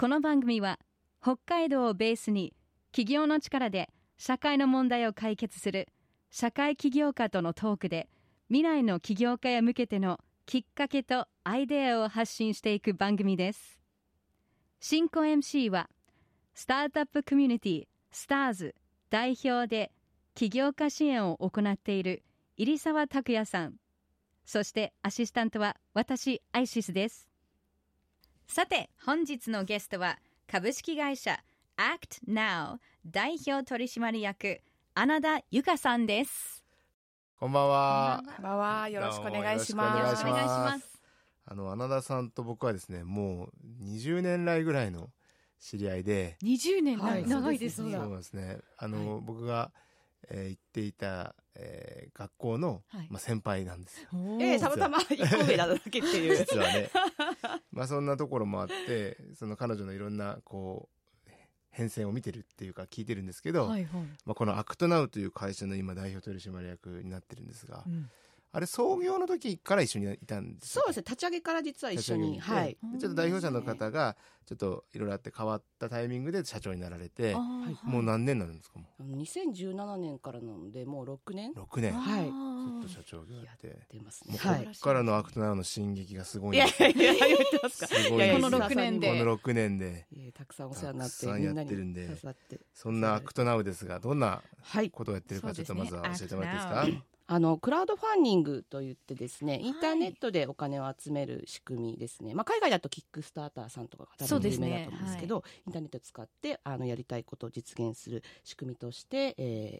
この番組は北海道をベースに企業の力で社会の問題を解決する社会起業家とのトークで、未来の起業家へ向けてのきっかけとアイデアを発信していく番組です。進行 MC はスタートアップコミュニティスターズ代表で起業家支援を行っている入澤拓也さん、そしてアシスタントは私アイシスです。さて本日のゲストは株式会社 Act Now 代表取締役穴田由香さんです。 こんばんは。 こんばんは。よろしくお願いします。 よろしくお願いします。 穴田さんと僕はですね、もう20年来ぐらいの知り合いで。 20年、 はい、 長いですね。 そうですね。僕が、行っていた、学校の、先輩なんですよ。 たまたま1個上なだけっていう。 実はね。そんなところもあって、その彼女のいろんな変遷を見てるっていうか聞いてるんですけど、このアクトナウという会社の今代表取締役になってるんですが、あれ創業の時から一緒にいたんですか？ そうですね、立ち上げから実は一緒に、はい、 ちょっと代表者の方がちょっといろいろあって変わったタイミングで社長になられて、もう何年になるんですか？もう 2017年からなのでもう6年。 6年、 はい、 ずっと社長やってますね。 もうこっからのアクトナウの進撃がすごい。 いや言ってますか？ すごいです。 この6年でこの6年でたくさんお世話になってたくさんやってるんで、そんなアクトナウですが、どんなことをやってるかちょっとまずは教えてもらっていいですか？ クラウドファンディングといってですね、インターネットでお金を集める仕組みですね。海外だとキックスターターさんとかが多分有名だと思うんですけど、インターネットを使ってやりたいことを実現する仕組みとして、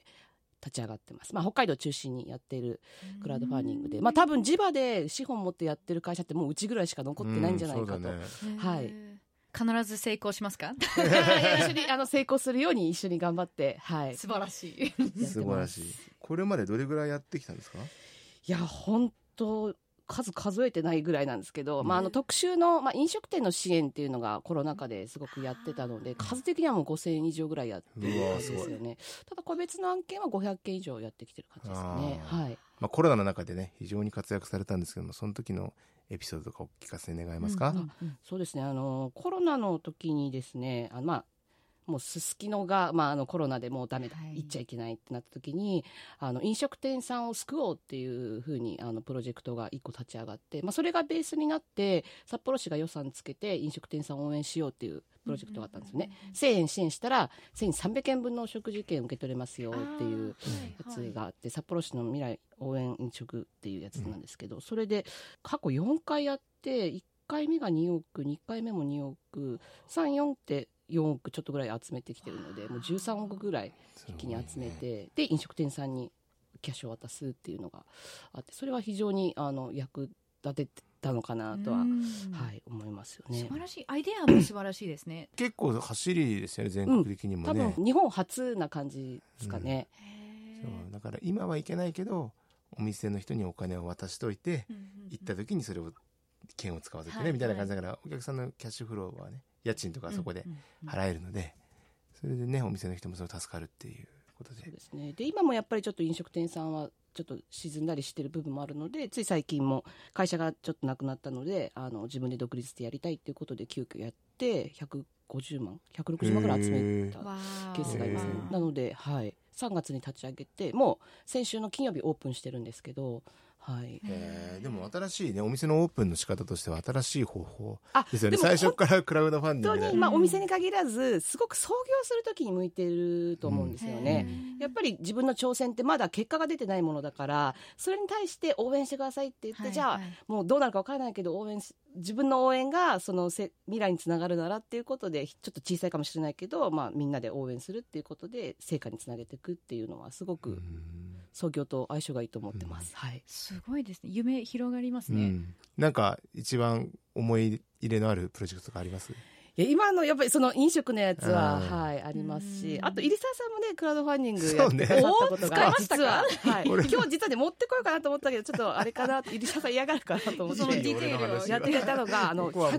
立ち上がってます。北海道を中心にやっているクラウドファンディングで、多分地場で資本持ってやってる会社ってもううちぐらいしか残ってないんじゃないかと。はい。 必ず成功しますか？ 一緒に成功するように一緒に頑張って、はい、 素晴らしい。 素晴らしい。これまでどれぐらいやってきたんですか？ いや本当数えてないぐらいなんですけど、特集の、飲食店の支援っていうのがコロナ禍ですごくやってたので、数的にはもう5000以上ぐらいやってるんですよね。ただ個別の案件は500件以上やってきてる感じですね。はい。 コロナの中でね非常に活躍されたんですけども、その時のエピソードとかお聞かせ願えますか？ そうですね、コロナの時にですね、もうすすきのが、コロナでもうダメだ、行っちゃいけないってなった時に飲食店さんを救おうっていうふうにプロジェクトが1個立ち上がって、それがベースになって札幌市が予算つけて飲食店さんを応援しようっていうプロジェクトがあったんですよね。1000円支援したら1300円分のお食事券受け取れますよっていうやつがあって、札幌市の未来応援飲食っていうやつなんですけど、それで過去4回やって、1回目が2億、2回目も2億、3、4って4億ちょっとぐらい集めてきてるので、もう13億ぐらい一気に集めて、で飲食店さんにキャッシュを渡すっていうのがあって、それは非常に役立てたのかなとは、思いますよね。 素晴らしい。アイデアも素晴らしいですね。 結構走りですよね、全国的にもね。 多分日本初な感じですかね。 そうだから今はいけないけど、お店の人にお金を渡しといて、行った時にそれを券を使わせてね、みたいな感じだから、お客さんのキャッシュフローはね、家賃とかそこで払えるので、それでねお店の人もそれ助かるっていうことで。 そうですね。で今もやっぱりちょっと飲食店さんはちょっと沈んだりしてる部分もあるので、つい最近も会社がちょっとなくなったので自分で独立してやりたいっていうことで急遽やって150万160万ぐらい集めたケースがありますね。なので、3月に立ち上げて、もう先週の金曜日オープンしてるんですけど、 でも新しいねお店のオープンの仕方としては新しい方法ですよね。最初からクラウドファンディングで本当に、お店に限らずすごく創業するときに向いてると思うんですよね。やっぱり自分の挑戦ってまだ結果が出てないものだから、それに対して応援してくださいって言って、じゃあもうどうなるか分からないけど自分の応援がその未来につながるならっていうことで、ちょっと小さいかもしれないけど、みんなで応援するっていうことで成果につなげていくっていうのはすごく創業と相性がいいと思ってます。 すごいですね。夢広がりますね。 なんか一番思い入れのあるプロジェクトとかあります？ 今のやっぱりその飲食のやつは、ありますし、あと入澤さんもねクラウドファンディングやってくださったことが実は、今日実はね持ってこようかなと思ったけど、ちょっとあれかな、入澤さん嫌がるかなと思ってやってくれたのが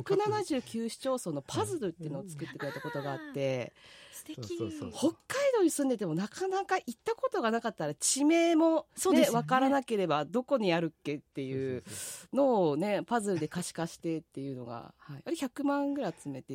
179市町村のパズルっていうのを作ってくれたことがあって、 素敵。 北海道に住んでてもなかなか行ったことがなかったら地名もね分からなければどこにあるっけっていうのをねパズルで可視化してっていうのが、あれ100万ぐらい集めて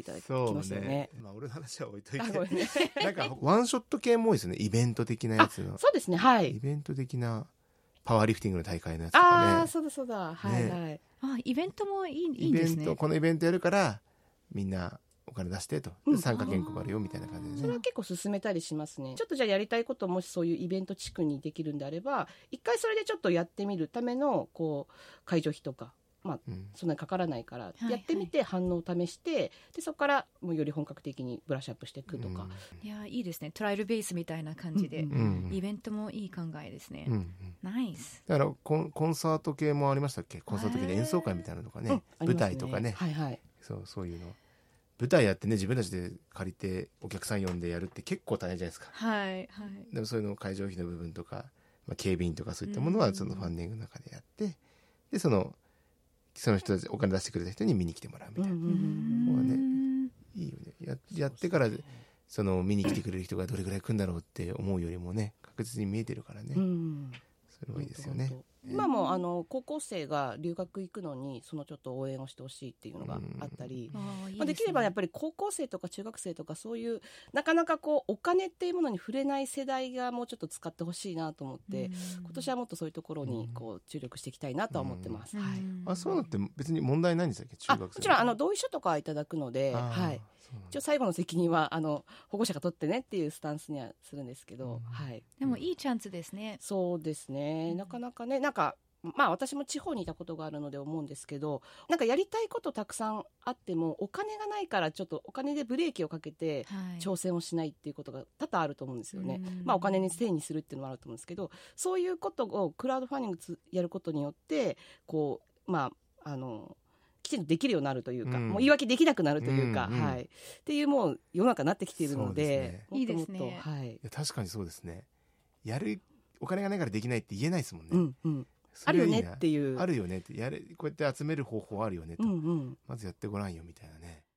ただきますよね。 まあ俺の話は置いといてあごめんねなんかワンショット系も多いですよね、イベント的なやつの。 そうですね、はイい。 ベント的なパワーリフティングの大会のやつとかね。 そうだそうだ、はいはい。 イベントもいいですね。 このイベントやるからみんなお金出してと、参加券配るよみたいな感じでね。 それは結構進めたりしますね。ちょっとじゃあやりたいこともしそういうイベント地区にできるんであれば、一回それでちょっとやってみるためのこう会場費とか、そんなにかからないから、やってみて反応を試して、でそこからもうより本格的にブラッシュアップしていくとか、 いやいいですね。トライアルベースみたいな感じで、イベントもいい考えですね。ナイス。 だからコンサート系もありましたっけ？コンサート系で演奏会みたいなのとかね、舞台とかね、 はいはい、 そういうの舞台やってね、自分たちで借りてお客さん呼んでやるって結構大変じゃないですか。 はいはい。 でもそういうの会場費の部分とか、警備員とかそういったものはそのファンディングの中でやって、でその人たちお金出してくれた人に見に来てもらうみたいなのがね、いいよね。やってからその見に来てくれる人がどれぐらい来るんだろうって思うよりもね、確実に見えてるからね、それはいいですよね。 今も高校生が留学行くのにそのちょっと応援をしてほしいっていうのがあったり、できればやっぱり高校生とか中学生とかそういうなかなかこうお金っていうものに触れない世代がもうちょっと使ってほしいなと思って、今年はもっとそういうところにこう注力していきたいなとは思ってます。 そういうのって別に問題ないんですか、中学生？ もちろん同意書とかいただくので、はい、一応最後の責任は保護者が取ってねっていうスタンスにはするんですけど、はい、 でもいいチャンスですね。 そうですね、なかなかね、なんか私も地方にいたことがあるので思うんですけど、なんかやりたいことたくさんあってもお金がないからちょっとお金でブレーキをかけて挑戦をしないっていうことが多々あると思うんですよね。お金にせいにするっていうのもあると思うんですけど、そういうことをクラウドファンディングやることによってこうきちんとできるようになるというか、もう言い訳できなくなるというか、はい、っていうもう世の中になってきているので、 いいですね。 はい、 確かにそうですね。お金がないからできないって言えないですもんね。 あるよねっていう、 あるよねって、こうやって集める方法あるよねと、まずやってごらんよみたいなね。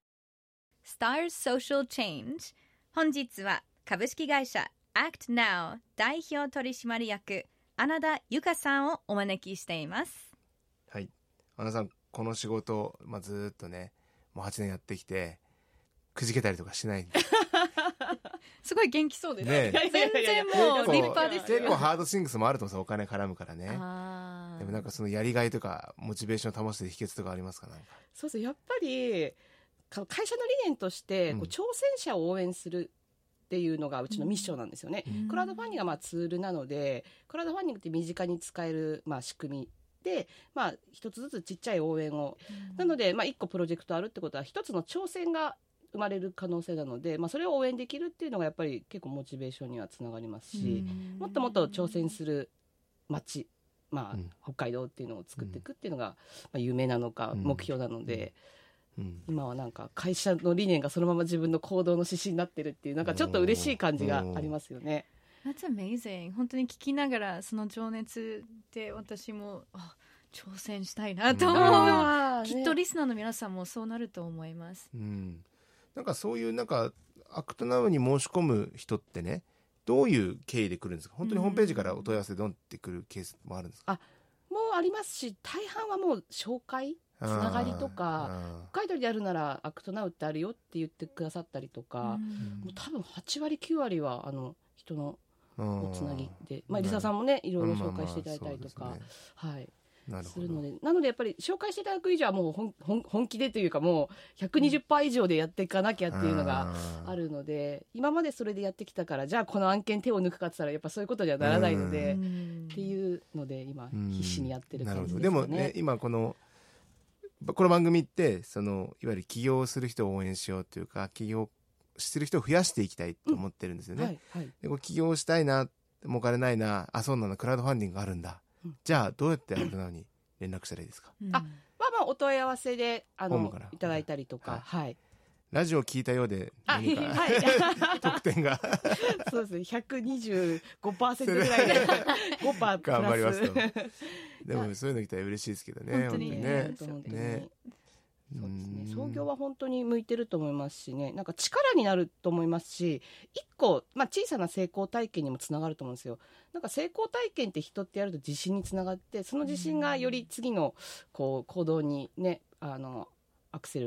Stars Social Change、 本日は株式会社 Act Now 代表取締役穴田由香さんをお招きしています。 はい、穴田さん、この仕事、ずっとねもう8年やってきてくじけたりとかしないすごい元気そうですね。 全然もう立派ですよ。 結構ハードシングスもあると思うんですよ、お金絡むからね。でもなんかそのやりがいとかモチベーションを保つ秘訣とかありますか？なんかそうそう、やっぱり会社の理念としてこう挑戦者を応援するっていうのがうちのミッションなんですよね。クラウドファンディングがツールなので、クラウドファンディングって身近に使える仕組みで、一つずつちっちゃい応援を、なので1個プロジェクトあるってことは一つの挑戦が生まれる可能性なので、それを応援できるっていうのがやっぱり結構モチベーションにはつながりますし、もっともっと挑戦する街、北海道っていうのを作っていくっていうのが夢なのか目標なので、今はなんか会社の理念がそのまま自分の行動の指針になってるっていう、なんかちょっと嬉しい感じがありますよね。 That's amazing。 本当に聞きながらその情熱で私も挑戦したいなと思う、きっとリスナーの皆さんもそうなると思います。 なんかそういうなんかアクトナウに申し込む人ってね、どういう経緯で来るんですか？本当にホームページからお問い合わせでドンってくるケースもあるんですか？ もうありますし、大半はもう紹介つながりとか、北海道でやるならアクトナウってあるよって言ってくださったりとか、もう多分8割9割は人のおつなぎで、リサさんもねいろいろ紹介していただいたりとか、するので、なのでやっぱり紹介していただく以上はもう本気でというか、もう 120% 以上でやっていかなきゃっていうのがあるので、今までそれでやってきたから、じゃあこの案件手を抜くかって言ったらやっぱそういうことにはならないので、っていうので今必死にやってる感じですね。 でもね、今この番組っていわゆる起業する人を応援しようというか、起業してる人を増やしていきたいと思ってるんですよね。で起業したいな、儲かれないな、そうなの、クラウドファンディングがあるんだ、じゃあどうやってアクトナウに連絡したらいいですか？ お問い合わせでいただいたりとか、 ラジオ聞いたようで何か特典がそうですね、125% ぐらいで5%プラス頑張りますと。でもそういうの来たら嬉しいですけどね。 本当にね。そうですね、創業は本当に向いてると思いますしね、なんか力になると思いますし、一個、小さな成功体験にもつながると思うんですよ。なんか成功体験って人ってやると自信につながって、その自信がより次の行動にね、アクセルを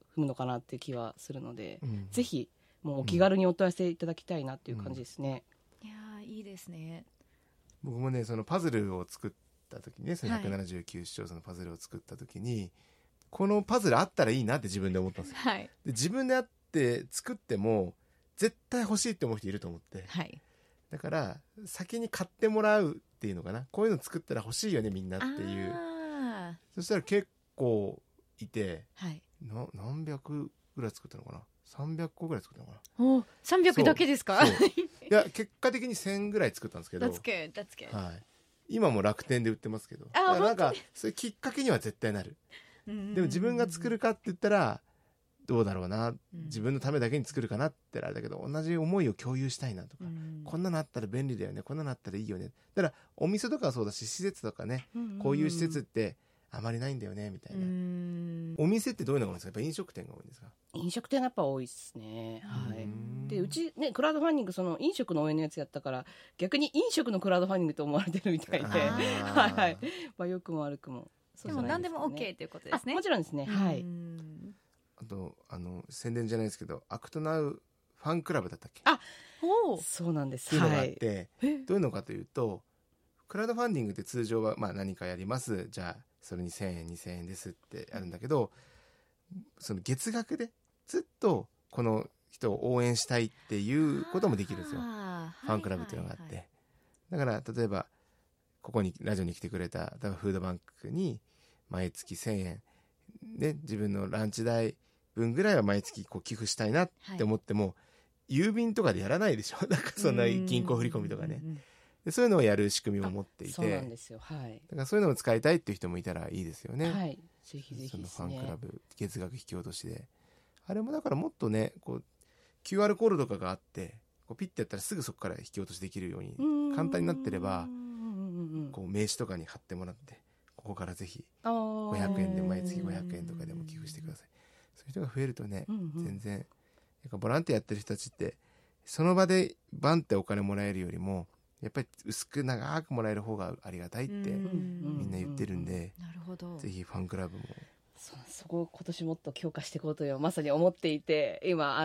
踏むのかなっていう気はするので、 うんぜひもうお気軽にお問い合わせいただきたいなっていう感じですね。 いやーいいですね。 僕もねそのパズルを作った時にねその179市町村のパズルを作った時に、このパズルあったらいいなって自分で思ったんですよ。 はいで自分であって作っても絶対欲しいって思う人いると思って、 はいだから先に買ってもらうっていうのかな、こういうの作ったら欲しいよねみんなっていう。 あそしたら結構いて、 ーはい。 何百ぐらい作ったのかな、300個ぐらい作ったのかな。 お300だけですか？ そういや結果的に1000ぐらい作ったんですけど、 That's good, that's good. はい、今も楽天で売ってますけど、だからなんかそういうきっかけには絶対なる。でも自分が作るかって言ったらどうだろうな、自分のためだけに作るかなってあれだけど、同じ思いを共有したいなとか、こんなのあったら便利だよね、こんなのあったらいいよね。だからお店とかはそうだし、施設とかね、こういう施設ってあまりないんだよねみたいな。お店ってどういうのが多いんですか？やっぱ飲食店が多いんですか？ 飲食店がやっぱ多いですね。はうい。 んでうちねクラウドファンディングその飲食の応援のやつやったから、逆に飲食のクラウドファンディングと思われてるみたいで、 あはいはい。まあ良くも悪くも。 でも何でも OK ということですね。 もちろんですね。はい。 あと宣伝じゃないですけど、アクトナウファンクラブだったっけ？ あおーそうなんです。 っていうのがあっはい。 て、どういうのかというと、クラウドファンディングって通常はまあ何かやります、じゃあそれに1000円2000円ですってあるんだけど、その月額でずっとこの人を応援したいっていうこともできるんですよ。ファンクラブっていうのがあって、だから例えばここにラジオに来てくれた例えばフードバンクに毎月1000円で自分のランチ代分ぐらいは毎月こう寄付したいなって思っても、郵便とかでやらないでしょ。なんかそんな銀行振り込みとかね、でそういうのをやる仕組みを持っていて、 そうなんですよ。はい。 だからそういうのを使いたいっていう人もいたらいいですよね。 はい。ぜひぜひそのですね。 ファンクラブ月額引き落としで、あれもだからもっとねこう QR コードとかがあってこうピッてやったらすぐそこから引き落としできるように簡単になってれば、こう名刺とかに貼ってもらって、ここからぜひ500円で毎月500円とかでも寄付してください。そういう人が増えるとね、全然なんかボランティアやってる人たちってその場でバンってお金もらえるよりもやっぱり薄く長くもらえる方がありがたいってみんな言ってるんで、 なるほど。 ぜひファンクラブもそこを今年もっと強化していこうというまさに思っていて、今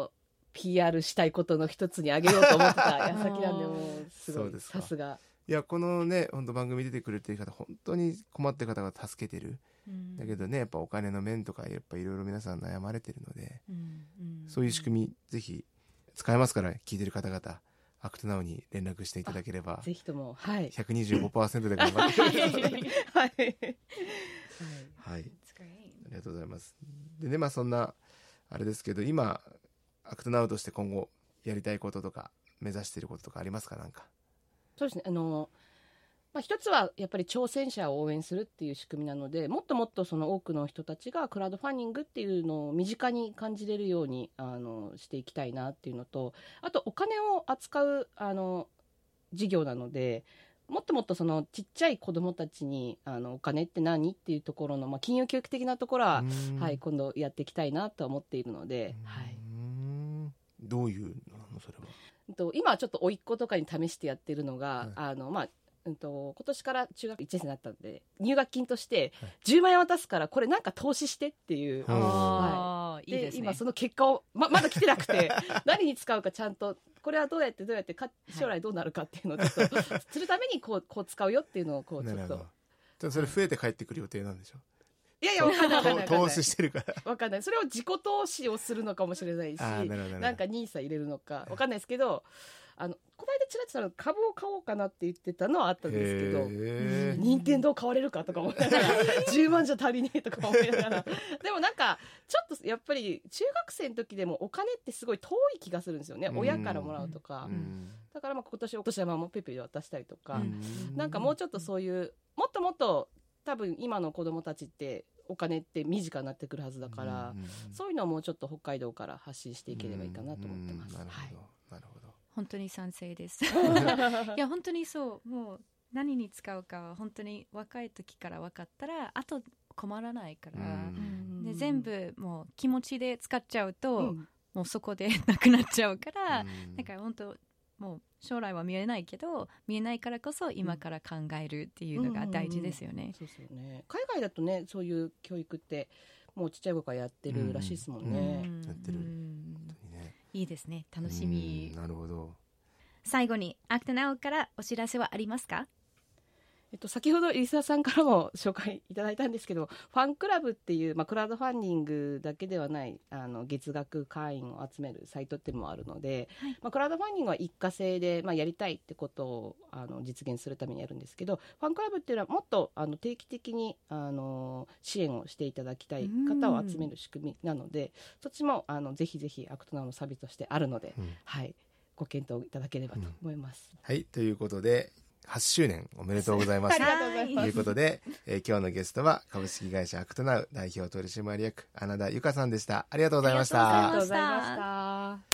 PR したいことの一つに挙げようと思ってた矢先なんで、もうすごいさすが。 いやこのね本当番組出てくれてる方本当に困ってる方が助けてる、だけどねやっぱお金の面とかやっぱいろいろ皆さん悩まれてるので、そういう仕組みぜひ使えますから、聞いてる方々アクトナウに連絡していただければぜひともはい 125% で頑張ってください。 はいはい、ありがとうございます。でね、まあそんなあれですけど、今アクトナウとして今後やりたいこととか目指していることとかありますか？なんか。 そうですね。一つはやっぱり挑戦者を応援するっていう仕組みなので、もっともっとその多くの人たちがクラウドファンディングっていうのを身近に感じれるようにしていきたいなっていうのと、あとお金を扱う事業なので、もっともっとそのちっちゃい子どもたちにお金って何っていうところの、金融教育的なところは、はい、今度やっていきたいなと思っているので、はい、 どういうのそれは。 今ちょっと甥っ子とかに試してやってるのが、今年から中学1年生になったんで入学金として10万円渡すからこれなんか投資してっていう、 はい、いいですね。 今その結果を まだ来てなくて何に使うかちゃんとこれはどうやって将来どうなるかっていうのをちょっとするためにこう使うよっていうのをこうちょっとそれ増えて帰ってくる予定なんでしょ？ いや分かんない投資してるから分かんない。それを自己投資をするのかもしれないし、なんか NISA 入れるのか分かんないですけど、この間ちらっとの株を買おうかなって言ってたのはあったんですけど、任天堂買われるかとか思いながら10万じゃ足りねえとか思いながらでもなんかちょっとやっぱり中学生の時でもお金ってすごい遠い気がするんですよね、親からもらうとか。だから今年お年玉もペペで渡したりとか、なんかもうちょっとそういうもっともっと多分今の子どもたちってお金って身近になってくるはずだから、そういうのをもうちょっと北海道から発信していければいいかなと思ってます。 なるほど、なるほど。 本当に賛成ですいや本当にそう、もう何に使うかは本当に若い時から分かったらあと困らないから、で全部もう気持ちで使っちゃうと、もうそこでなくなっちゃうから、だから本当もう将来は見えないけど見えないからこそ今から考えるっていうのが大事ですよね。 そうですよね。海外だとねそういう教育ってもうちっちゃい子からやってるらしいですもんね。 やってる。本当にね。 いいですね。楽しみ。 なるほど。 最後にアクトナウからお知らせはありますか？ 先ほどリサさんからも紹介いただいたんですけど、ファンクラブっていう、クラウドファンディングだけではない月額会員を集めるサイトっていうのもあるので、クラウドファンディングは一過性で、やりたいってことを実現するためにやるんですけど、ファンクラブっていうのはもっと定期的に支援をしていただきたい方を集める仕組みなので、そっちもぜひぜひアクトナウのサービスとしてあるので、はい、ご検討いただければと思います。 はい、ということで8周年おめでとうございます。 ありがとうございます。 ということで、今日のゲストは株式会社アクトナウ代表取締役穴田由香さんでした。ありがとうございました。 ありがとうございました。